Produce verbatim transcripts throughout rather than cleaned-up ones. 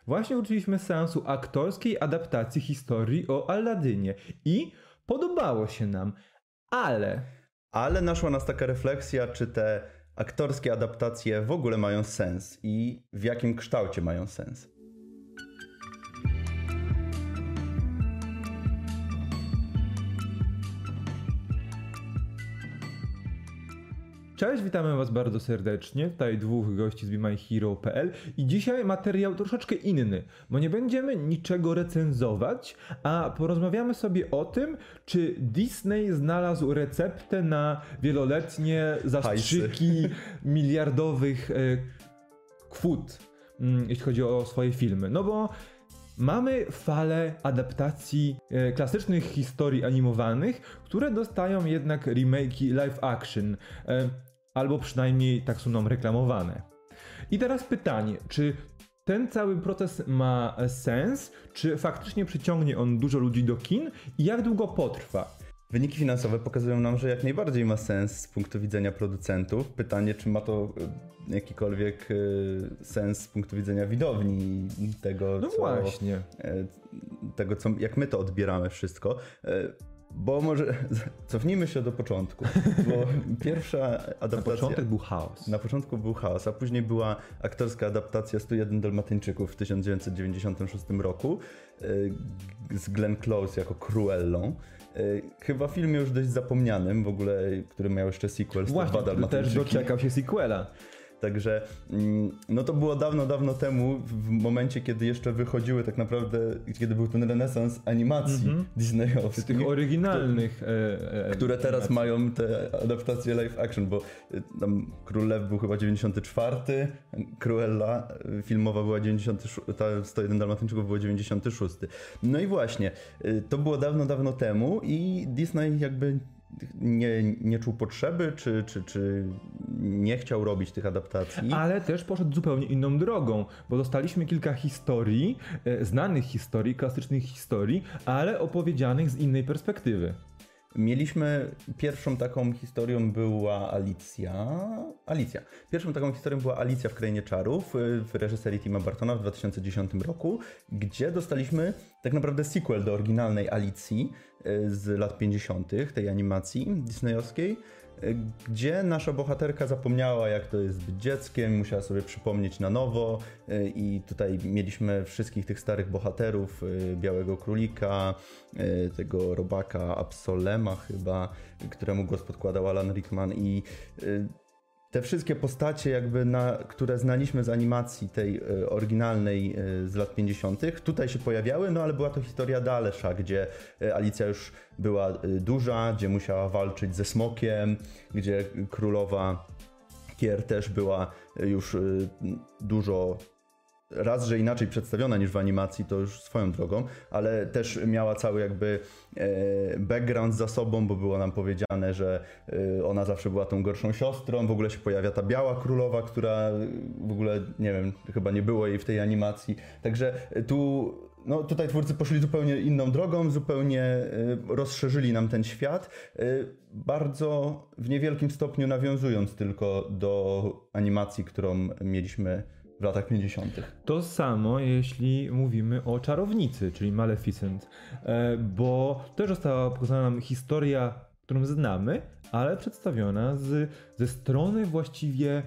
Właśnie uczyliśmy seansu aktorskiej adaptacji historii o Aladynie i podobało się nam, ale... Ale naszła nas taka refleksja, czy te aktorskie adaptacje w ogóle mają sens i w jakim kształcie mają sens. Cześć, witamy Was bardzo serdecznie, tutaj dwóch gości z be my hero kropka p l i dzisiaj materiał troszeczkę inny, bo nie będziemy niczego recenzować, a porozmawiamy sobie o tym, czy Disney znalazł receptę na wieloletnie zastrzyki Hajsy. miliardowych e, kwot, mm, jeśli chodzi o swoje filmy. No bo mamy falę adaptacji e, klasycznych historii animowanych, które dostają jednak remake'i live action, e, albo przynajmniej tak są nam reklamowane. I teraz pytanie, czy ten cały proces ma sens, czy faktycznie przyciągnie on dużo ludzi do kin i jak długo potrwa? Wyniki finansowe pokazują nam, że jak najbardziej ma sens z punktu widzenia producentów. Pytanie, czy ma to jakikolwiek sens z punktu widzenia widowni tego, no co, właśnie. tego co, jak my to odbieramy wszystko. Bo może cofnijmy się do początku, bo pierwsza adaptacja... Na początek był chaos. Na początku był chaos, a później była aktorska adaptacja stu jeden Dalmatyńczyków w tysiąc dziewięćset dziewięćdziesiątym szóstym roku z Glenn Close jako Cruellą. Chyba filmie już dość zapomnianym w ogóle, który miał jeszcze sequel stu dwóch Dalmatyńczyków. Też doczekał się sequela. Także no to było dawno, dawno temu, w momencie, kiedy jeszcze wychodziły tak naprawdę, kiedy był ten renesans animacji mm-hmm. disneyowskich. Tych oryginalnych które, e, które teraz animacji. Mają te adaptacje live action, bo tam Król Lew był chyba dziewięćdziesiąty czwarty, Cruella filmowa była dziewięćdziesiąty szósty, ta sto jeden Dalmatyńczyków było dziewięćdziesiąty szósty. No i właśnie, to było dawno, dawno temu i Disney jakby Nie, nie czuł potrzeby, czy, czy, czy nie chciał robić tych adaptacji. Ale też poszedł zupełnie inną drogą, bo dostaliśmy kilka historii, e, znanych historii, klasycznych historii, ale opowiedzianych z innej perspektywy. Mieliśmy, pierwszą taką historią była Alicja. Alicja. Pierwszą taką historią była Alicja w Krainie Czarów w reżyserii Tima Burtona w dwa tysiące dziesiątym roku, gdzie dostaliśmy tak naprawdę sequel do oryginalnej Alicji z lat pięćdziesiątych, tej animacji disneyowskiej, gdzie nasza bohaterka zapomniała, jak to jest być dzieckiem, musiała sobie przypomnieć na nowo i tutaj mieliśmy wszystkich tych starych bohaterów, Białego Królika, tego robaka Absolema chyba, któremu głos podkładał Alan Rickman i te wszystkie postacie, jakby na, które znaliśmy z animacji tej y, oryginalnej y, z lat pięćdziesiątych, tutaj się pojawiały, no ale była to historia dalsza, gdzie y, Alicja już była y, duża, gdzie musiała walczyć ze smokiem, gdzie królowa Kier też była y, już y, dużo... Raz, że inaczej przedstawiona niż w animacji, to już swoją drogą, ale też miała cały jakby e, background za sobą, bo było nam powiedziane, że e, ona zawsze była tą gorszą siostrą, w ogóle się pojawia ta biała królowa, która w ogóle, nie wiem, chyba nie było jej w tej animacji, także tu... No tutaj twórcy poszli zupełnie inną drogą, zupełnie e, rozszerzyli nam ten świat, e, bardzo w niewielkim stopniu nawiązując tylko do animacji, którą mieliśmy w latach pięćdziesiątych. To samo jeśli mówimy o Czarownicy, czyli Maleficent, bo też została pokazana nam historia, którą znamy, ale przedstawiona z, ze strony właściwie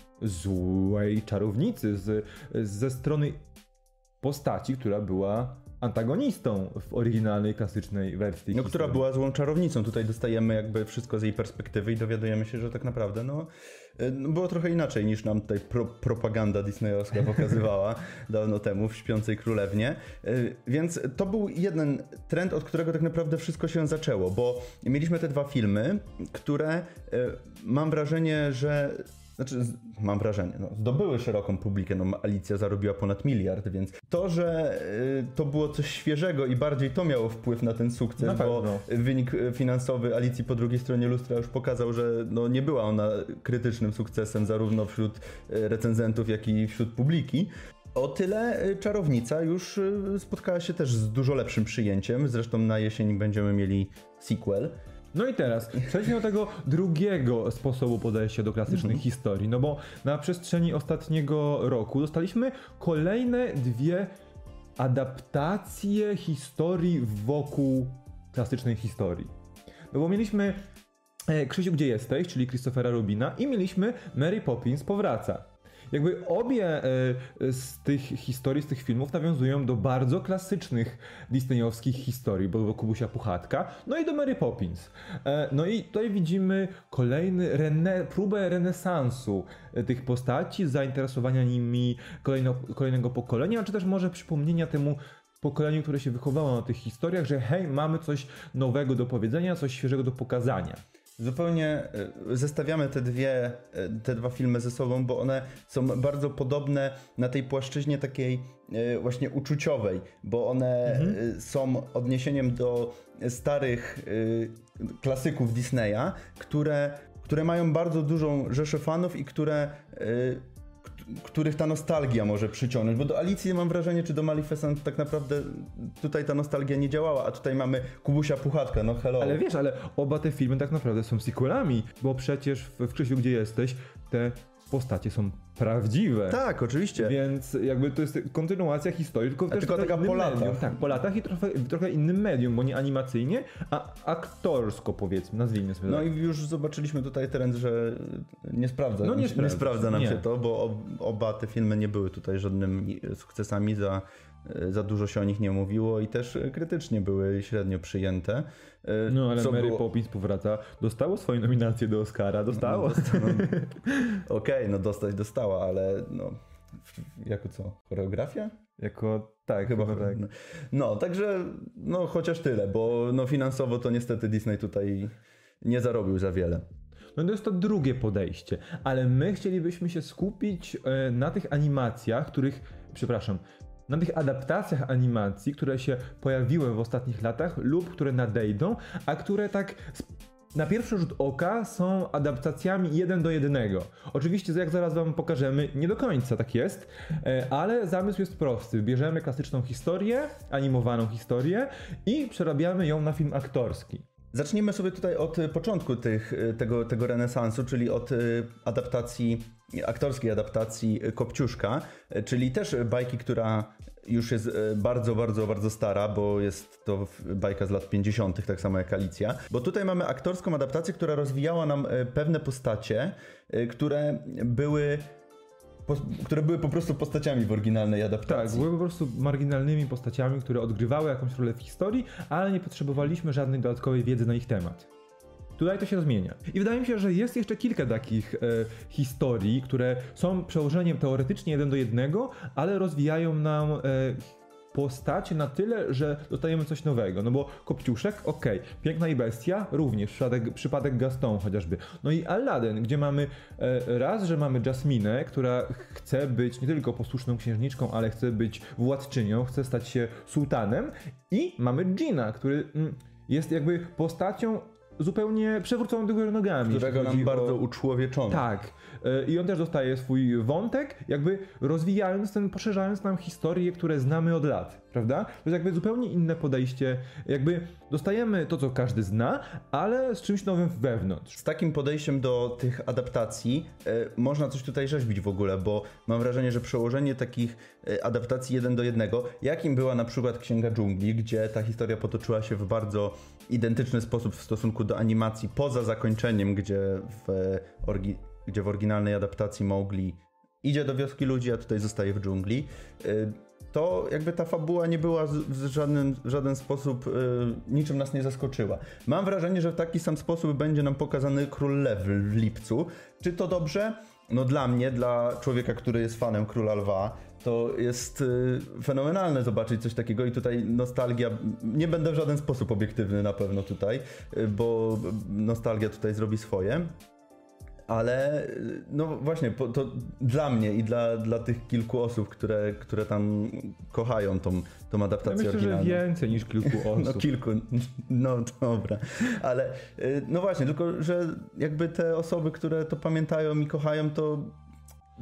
złej czarownicy, z, ze strony postaci, która była antagonistą w oryginalnej, klasycznej wersji. No, która była złą czarownicą. Tutaj dostajemy jakby wszystko z jej perspektywy i dowiadujemy się, że tak naprawdę no, no było trochę inaczej niż nam tutaj pro, propaganda disneyowska pokazywała dawno temu w Śpiącej Królewnie. Więc to był jeden trend, od którego tak naprawdę wszystko się zaczęło, bo mieliśmy te dwa filmy, które mam wrażenie, że Znaczy, mam wrażenie, no, zdobyły szeroką publikę, no Alicja zarobiła ponad miliard, więc to, że y, to było coś świeżego i bardziej to miało wpływ na ten sukces, na bo wynik finansowy Alicji po drugiej stronie lustra już pokazał, że no, nie była ona krytycznym sukcesem zarówno wśród recenzentów, jak i wśród publiki. O tyle Czarownica już spotkała się też z dużo lepszym przyjęciem, zresztą na jesień będziemy mieli sequel. No i teraz przejdźmy do tego drugiego sposobu podejścia do klasycznych mm-hmm. historii, no bo na przestrzeni ostatniego roku dostaliśmy kolejne dwie adaptacje historii wokół klasycznej historii. No bo mieliśmy Krzysiu, gdzie jesteś, czyli Christophera Robina i mieliśmy Mary Poppins powraca. Jakby obie z tych historii, z tych filmów nawiązują do bardzo klasycznych disneyowskich historii, bo do Kubusia Puchatka, no i do Mary Poppins. No i tutaj widzimy kolejny rene- próbę renesansu tych postaci, zainteresowania nimi kolejno, kolejnego pokolenia, czy też może przypomnienia temu pokoleniu, które się wychowało na tych historiach, że hej, mamy coś nowego do powiedzenia, coś świeżego do pokazania. Zupełnie zestawiamy te dwie, te dwa filmy ze sobą, bo one są bardzo podobne na tej płaszczyźnie takiej właśnie uczuciowej, bo one mhm. są odniesieniem do starych klasyków Disneya, które, które mają bardzo dużą rzeszę fanów i które których ta nostalgia może przyciągnąć, bo do Alicji mam wrażenie, czy do Maleficent tak naprawdę tutaj ta nostalgia nie działała, a tutaj mamy Kubusia Puchatka, no hello. Ale wiesz, ale oba te filmy tak naprawdę są sequelami, bo przecież w, w Krzysiu, gdzie jesteś, te postacie są prawdziwe. Tak, oczywiście. Więc jakby to jest kontynuacja historii, tylko, też tylko taka po latach. Medium. Tak, po latach i trochę, trochę innym medium, bo nie animacyjnie, a aktorsko powiedzmy, nazwijmy sobie. No tak. i już zobaczyliśmy tutaj trend, że nie sprawdza, no nie, nie, sprawdza. nie sprawdza nam nie. się to, bo ob, oba te filmy nie były tutaj żadnymi sukcesami, za, za dużo się o nich nie mówiło i też krytycznie były średnio przyjęte. No ale Co Mary było... Poppins powraca, dostało swoje nominacje do Oscara, dostało. No, no, Okej, okay, no dostać dostała, ale no jako co? Choreografia? Jako, tak, chyba tak. No, no, także no chociaż tyle, bo no finansowo to niestety Disney tutaj nie zarobił za wiele. No to jest to drugie podejście, ale my chcielibyśmy się skupić na tych animacjach, których, przepraszam, na tych adaptacjach animacji, które się pojawiły w ostatnich latach lub które nadejdą, a które tak na pierwszy rzut oka są adaptacjami jeden do jednego. Oczywiście, jak zaraz wam pokażemy, nie do końca tak jest, ale zamysł jest prosty. Bierzemy klasyczną historię, animowaną historię i przerabiamy ją na film aktorski. Zacznijmy sobie tutaj od początku tych, tego, tego renesansu, czyli od adaptacji, aktorskiej adaptacji Kopciuszka, czyli też bajki, która już jest bardzo, bardzo, bardzo stara, bo jest to bajka z lat pięćdziesiątych, tak samo jak Alicja. Bo tutaj mamy aktorską adaptację, która rozwijała nam pewne postacie, które były... które były po prostu postaciami w oryginalnej adaptacji. Tak, były po prostu marginalnymi postaciami, które odgrywały jakąś rolę w historii, ale nie potrzebowaliśmy żadnej dodatkowej wiedzy na ich temat. Tutaj to się zmienia. I wydaje mi się, że jest jeszcze kilka takich e, historii, które są przełożeniem teoretycznie jeden do jednego, ale rozwijają nam e, postacie na tyle, że dostajemy coś nowego. No bo Kopciuszek, okej, okay. Piękna i Bestia, również, przypadek, przypadek Gaston chociażby. No i Aladdin, gdzie mamy e, raz, że mamy Jasminę, która chce być nie tylko posłuszną księżniczką, ale chce być władczynią, chce stać się sułtanem, i mamy Dżina, który mm, jest jakby postacią zupełnie przewróconą do góry nogami. Którego nam bardzo o... uczłowieczono. Tak. I on też dostaje swój wątek, jakby rozwijając ten, poszerzając nam historie, które znamy od lat, prawda? To jest jakby zupełnie inne podejście, jakby dostajemy to, co każdy zna, ale z czymś nowym wewnątrz. Z takim podejściem do tych adaptacji y, można coś tutaj rzeźbić w ogóle, bo mam wrażenie, że przełożenie takich y, adaptacji jeden do jednego, jakim była na przykład Księga Dżungli, gdzie ta historia potoczyła się w bardzo identyczny sposób w stosunku do animacji, poza zakończeniem, gdzie w, orgi- gdzie w oryginalnej adaptacji Mowgli idzie do wioski ludzi, a tutaj zostaje w dżungli, to jakby ta fabuła nie była w żaden, w żaden sposób, niczym nas nie zaskoczyła. Mam wrażenie, że w taki sam sposób będzie nam pokazany Król Lew w lipcu. Czy to dobrze? No dla mnie, dla człowieka, który jest fanem Króla Lwa, to jest fenomenalne zobaczyć coś takiego i tutaj nostalgia, nie będę w żaden sposób obiektywny na pewno tutaj, bo nostalgia tutaj zrobi swoje. Ale no właśnie, to dla mnie i dla, dla tych kilku osób, które, które tam kochają tą, tą adaptację ja myślę, oryginalną. Że więcej niż kilku osób. No kilku, no dobra. Ale no właśnie, tylko że jakby te osoby, które to pamiętają i kochają, to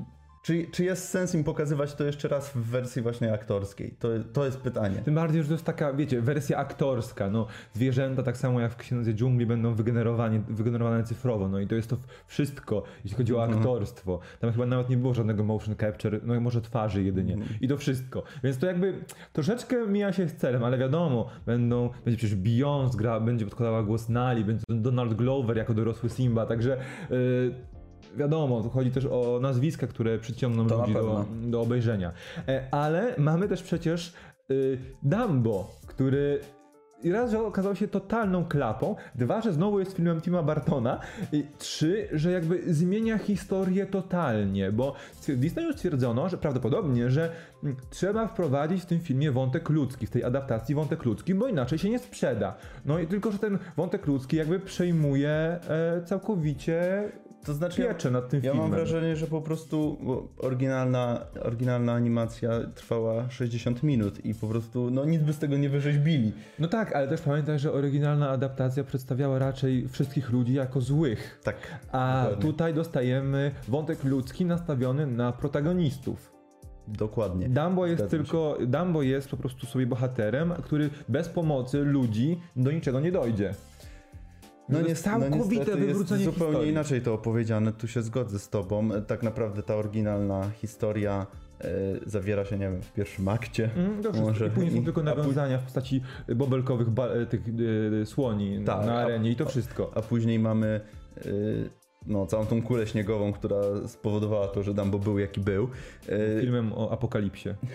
Czy, czy jest sens im pokazywać to jeszcze raz w wersji właśnie aktorskiej? To, to jest pytanie. Tym bardziej, że to jest taka, wiecie, wersja aktorska. No, zwierzęta tak samo jak w Księdze Dżungli będą wygenerowane, wygenerowane cyfrowo. No i to jest to wszystko, jeśli chodzi o aktorstwo. Tam chyba nawet nie było żadnego motion capture, no może twarzy jedynie. I to wszystko. Więc to jakby troszeczkę mija się z celem, ale wiadomo, będą, będzie przecież Beyoncé gra, będzie podkładała głos Nali, będzie Donald Glover jako dorosły Simba, także... Yy, Wiadomo, tu chodzi też o nazwiska, które przyciągną to ludzi do, do obejrzenia. E, ale mamy też przecież y, Dumbo, który raz, że okazał się totalną klapą, dwa, że znowu jest filmem Tima Burtona, i trzy, że jakby zmienia historię totalnie, bo Disney już stwierdzono, że prawdopodobnie, że m, trzeba wprowadzić w tym filmie wątek ludzki, w tej adaptacji wątek ludzki, bo inaczej się nie sprzeda. No i tylko, że ten wątek ludzki jakby przejmuje e, całkowicie... To znaczy, pieczę nad tym ja filmem. mam wrażenie, że po prostu oryginalna, oryginalna animacja trwała sześćdziesiąt minut i po prostu no nic by z tego nie wyrzeźbili. No tak, ale też pamiętaj, że oryginalna adaptacja przedstawiała raczej wszystkich ludzi jako złych. Tak. A dokładnie. tutaj dostajemy wątek ludzki nastawiony na protagonistów. Dokładnie. Dumbo jest Zgadzam tylko, się. Dumbo jest po prostu sobie bohaterem, który bez pomocy ludzi do niczego nie dojdzie. No, to nie, jest całkowite no wywrócenie jest zupełnie historii. inaczej to opowiedziane, tu się zgodzę z tobą. Tak naprawdę ta oryginalna historia e, zawiera się, nie wiem, w pierwszym akcie. Mm, dobrze, może. I później są I, tylko nawiązania w postaci bobelkowych ba- tych e, słoni tak, na a, arenie i to wszystko. A później mamy e, no, całą tą kulę śniegową, która spowodowała to, że Dumbo był jaki był. E, Filmem o apokalipsie. e,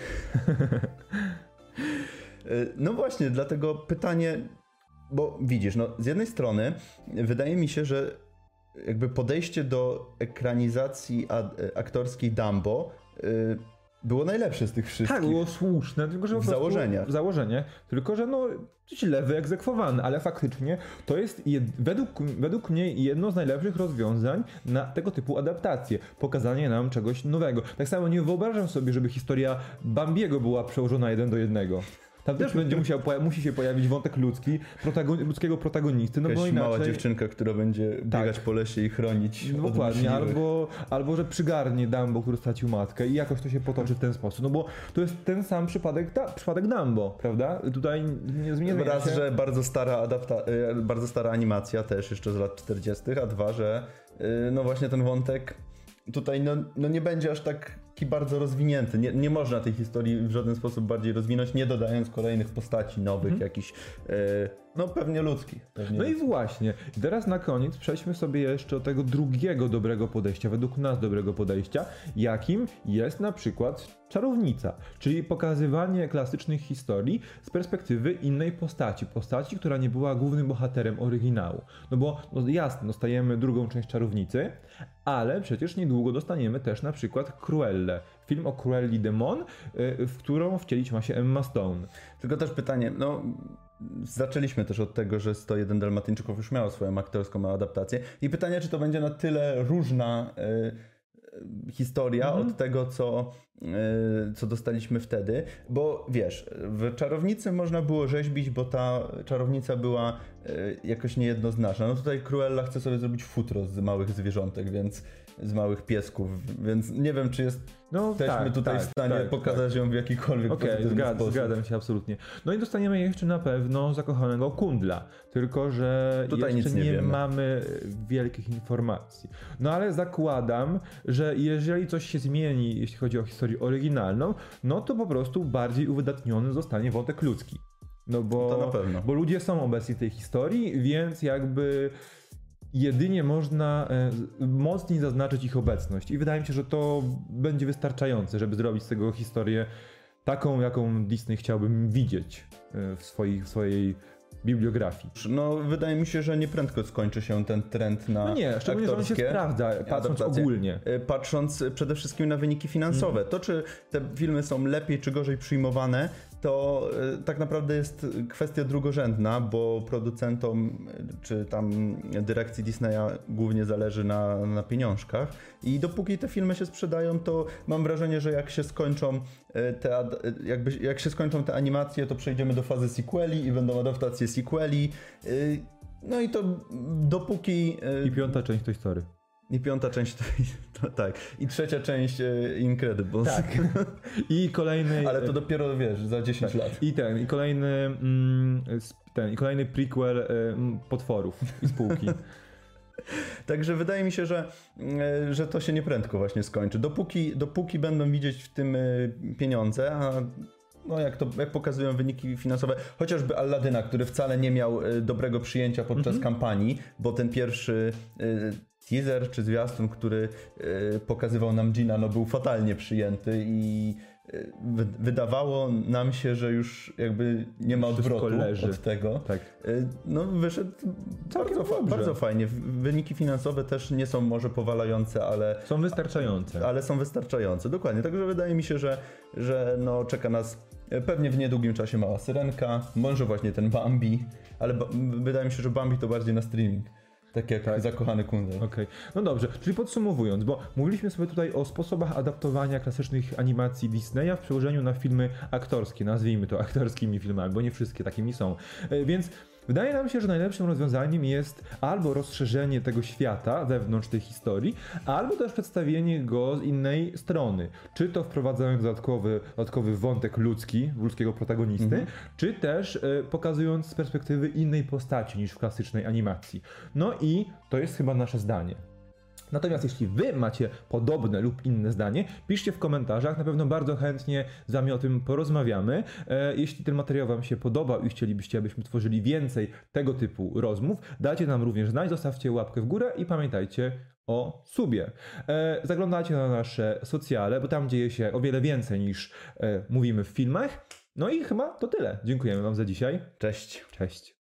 no właśnie, dlatego pytanie... Bo widzisz, no z jednej strony wydaje mi się, że jakby podejście do ekranizacji aktorskiej Dumbo y, było najlepsze z tych wszystkich. Tak, było słuszne, tylko że w założeniach. W założenie, tylko że no źle wyegzekwowane, ale faktycznie to jest jed, według, według mnie jedno z najlepszych rozwiązań na tego typu adaptacje. Pokazanie nam czegoś nowego. Tak samo nie wyobrażam sobie, żeby historia Bambiego była przełożona jeden do jednego. Tam też będzie musiał, musi się pojawić wątek ludzki, protagon, ludzkiego protagonisty, no Jakaś bo inaczej... mała dziewczynka, która będzie biegać tak. po lesie i chronić no od dokładnie, albo, albo że przygarnie Dumbo, który stracił matkę i jakoś to się potoczy w ten sposób, no bo to jest ten sam przypadek, da, przypadek Dumbo, prawda? Tutaj nie zmienia Raz, się... że bardzo stara, adapta- bardzo stara animacja też jeszcze z lat czterdziestych, a dwa, że no właśnie ten wątek tutaj no, no nie będzie aż tak bardzo rozwinięty. Nie, nie można tej historii w żaden sposób bardziej rozwinąć, nie dodając kolejnych postaci nowych, hmm. jakichś, e, no pewnie ludzkich. Pewnie no ludzkich. I właśnie, I teraz na koniec przejdźmy sobie jeszcze do tego drugiego dobrego podejścia, według nas dobrego podejścia, jakim jest na przykład Czarownica, czyli pokazywanie klasycznych historii z perspektywy innej postaci, postaci, która nie była głównym bohaterem oryginału. No bo no jasne, dostajemy drugą część Czarownicy, ale przecież niedługo dostaniemy też na przykład Cruellę, film o Cruelli de Mon, w którą wcielić ma się Emma Stone. Tylko też pytanie, no zaczęliśmy też od tego, że sto jeden Dalmatyńczyków już miało swoją aktorską adaptację i pytanie, czy to będzie na tyle różna y, historia mhm. od tego, co, y, co dostaliśmy wtedy, bo wiesz, w Czarownicy można było rzeźbić, bo ta czarownica była y, jakoś niejednoznaczna. No tutaj Cruella chce sobie zrobić futro z małych zwierzątek, więc z małych piesków, więc nie wiem, czy jest no, jesteśmy tak, tutaj tak, w stanie tak, pokazać tak. ją w jakikolwiek okay, pozytywny zgad, sposób. Zgadzam się absolutnie. No i dostaniemy jeszcze na pewno zakochanego Kundla, tylko że tutaj jeszcze nic nie, nie mamy wielkich informacji. No ale zakładam, że jeżeli coś się zmieni, jeśli chodzi o historię oryginalną, no to po prostu bardziej uwydatniony zostanie wątek ludzki. No bo, to na pewno. bo ludzie są obecni w tej historii, więc jakby jedynie można e, mocniej zaznaczyć ich obecność i wydaje mi się, że to będzie wystarczające, żeby zrobić z tego historię taką, jaką Disney chciałbym widzieć e, w, swoich, w swojej bibliografii. No wydaje mi się, że nieprędko skończy się ten trend na No nie, szczególnie, że on się sprawdza, patrząc adaptacje. ogólnie. Patrząc przede wszystkim na wyniki finansowe. Mm. To, czy te filmy są lepiej czy gorzej przyjmowane, to y, tak naprawdę jest kwestia drugorzędna, bo producentom czy tam dyrekcji Disneya głównie zależy na, na pieniążkach i dopóki te filmy się sprzedają, to mam wrażenie, że jak się skończą te, jakby, jak się skończą te animacje, to przejdziemy do fazy sequeli i będą adaptacje sequeli. Y, no i to dopóki... Y, I piąta część Toy Story. I piąta część to, to tak. I trzecia część e, Incredibles. Tak. I kolejny... Ale to dopiero, wiesz, za dziesięć tak. lat. I ten, i kolejny mm, ten, i kolejny prequel y, potworów i spółki. Także wydaje mi się, że, że to się nieprędko właśnie skończy. Dopóki, dopóki będą widzieć w tym pieniądze, a no jak, to, jak pokazują wyniki finansowe, chociażby Alladyna, który wcale nie miał dobrego przyjęcia podczas mm-hmm. kampanii, bo ten pierwszy teaser czy zwiastun, który pokazywał nam Gina, no był fatalnie przyjęty i wydawało nam się, że już jakby nie ma odwrotu od tego. Tak. No wyszedł bardzo, fa- bardzo fajnie. Wyniki finansowe też nie są może powalające, ale... Są wystarczające. Ale są wystarczające, dokładnie. Także wydaje mi się, że, że no czeka nas pewnie w niedługim czasie mała Syrenka, może właśnie ten Bambi, ale ba- wydaje mi się, że Bambi to bardziej na streaming. Tak jak tak. Zakochany kundel. Okej, okay. No dobrze, czyli podsumowując, bo mówiliśmy sobie tutaj o sposobach adaptowania klasycznych animacji Disneya w przełożeniu na filmy aktorskie, nazwijmy to aktorskimi filmami, bo nie wszystkie takimi są. Więc wydaje nam się, że najlepszym rozwiązaniem jest albo rozszerzenie tego świata wewnątrz tej historii, albo też przedstawienie go z innej strony. Czy to wprowadzając dodatkowy, dodatkowy wątek ludzki, ludzkiego protagonisty, mm-hmm. czy też y, pokazując z perspektywy innej postaci niż w klasycznej animacji. No i to jest chyba nasze zdanie. Natomiast jeśli wy macie podobne lub inne zdanie, piszcie w komentarzach, na pewno bardzo chętnie z wami o tym porozmawiamy. E, jeśli ten materiał wam się podobał i chcielibyście, abyśmy tworzyli więcej tego typu rozmów, dajcie nam również znać, zostawcie łapkę w górę i pamiętajcie o subie. E, zaglądajcie na nasze socjale, bo tam dzieje się o wiele więcej niż e, mówimy w filmach. No i chyba to tyle. Dziękujemy wam za dzisiaj. Cześć. Cześć.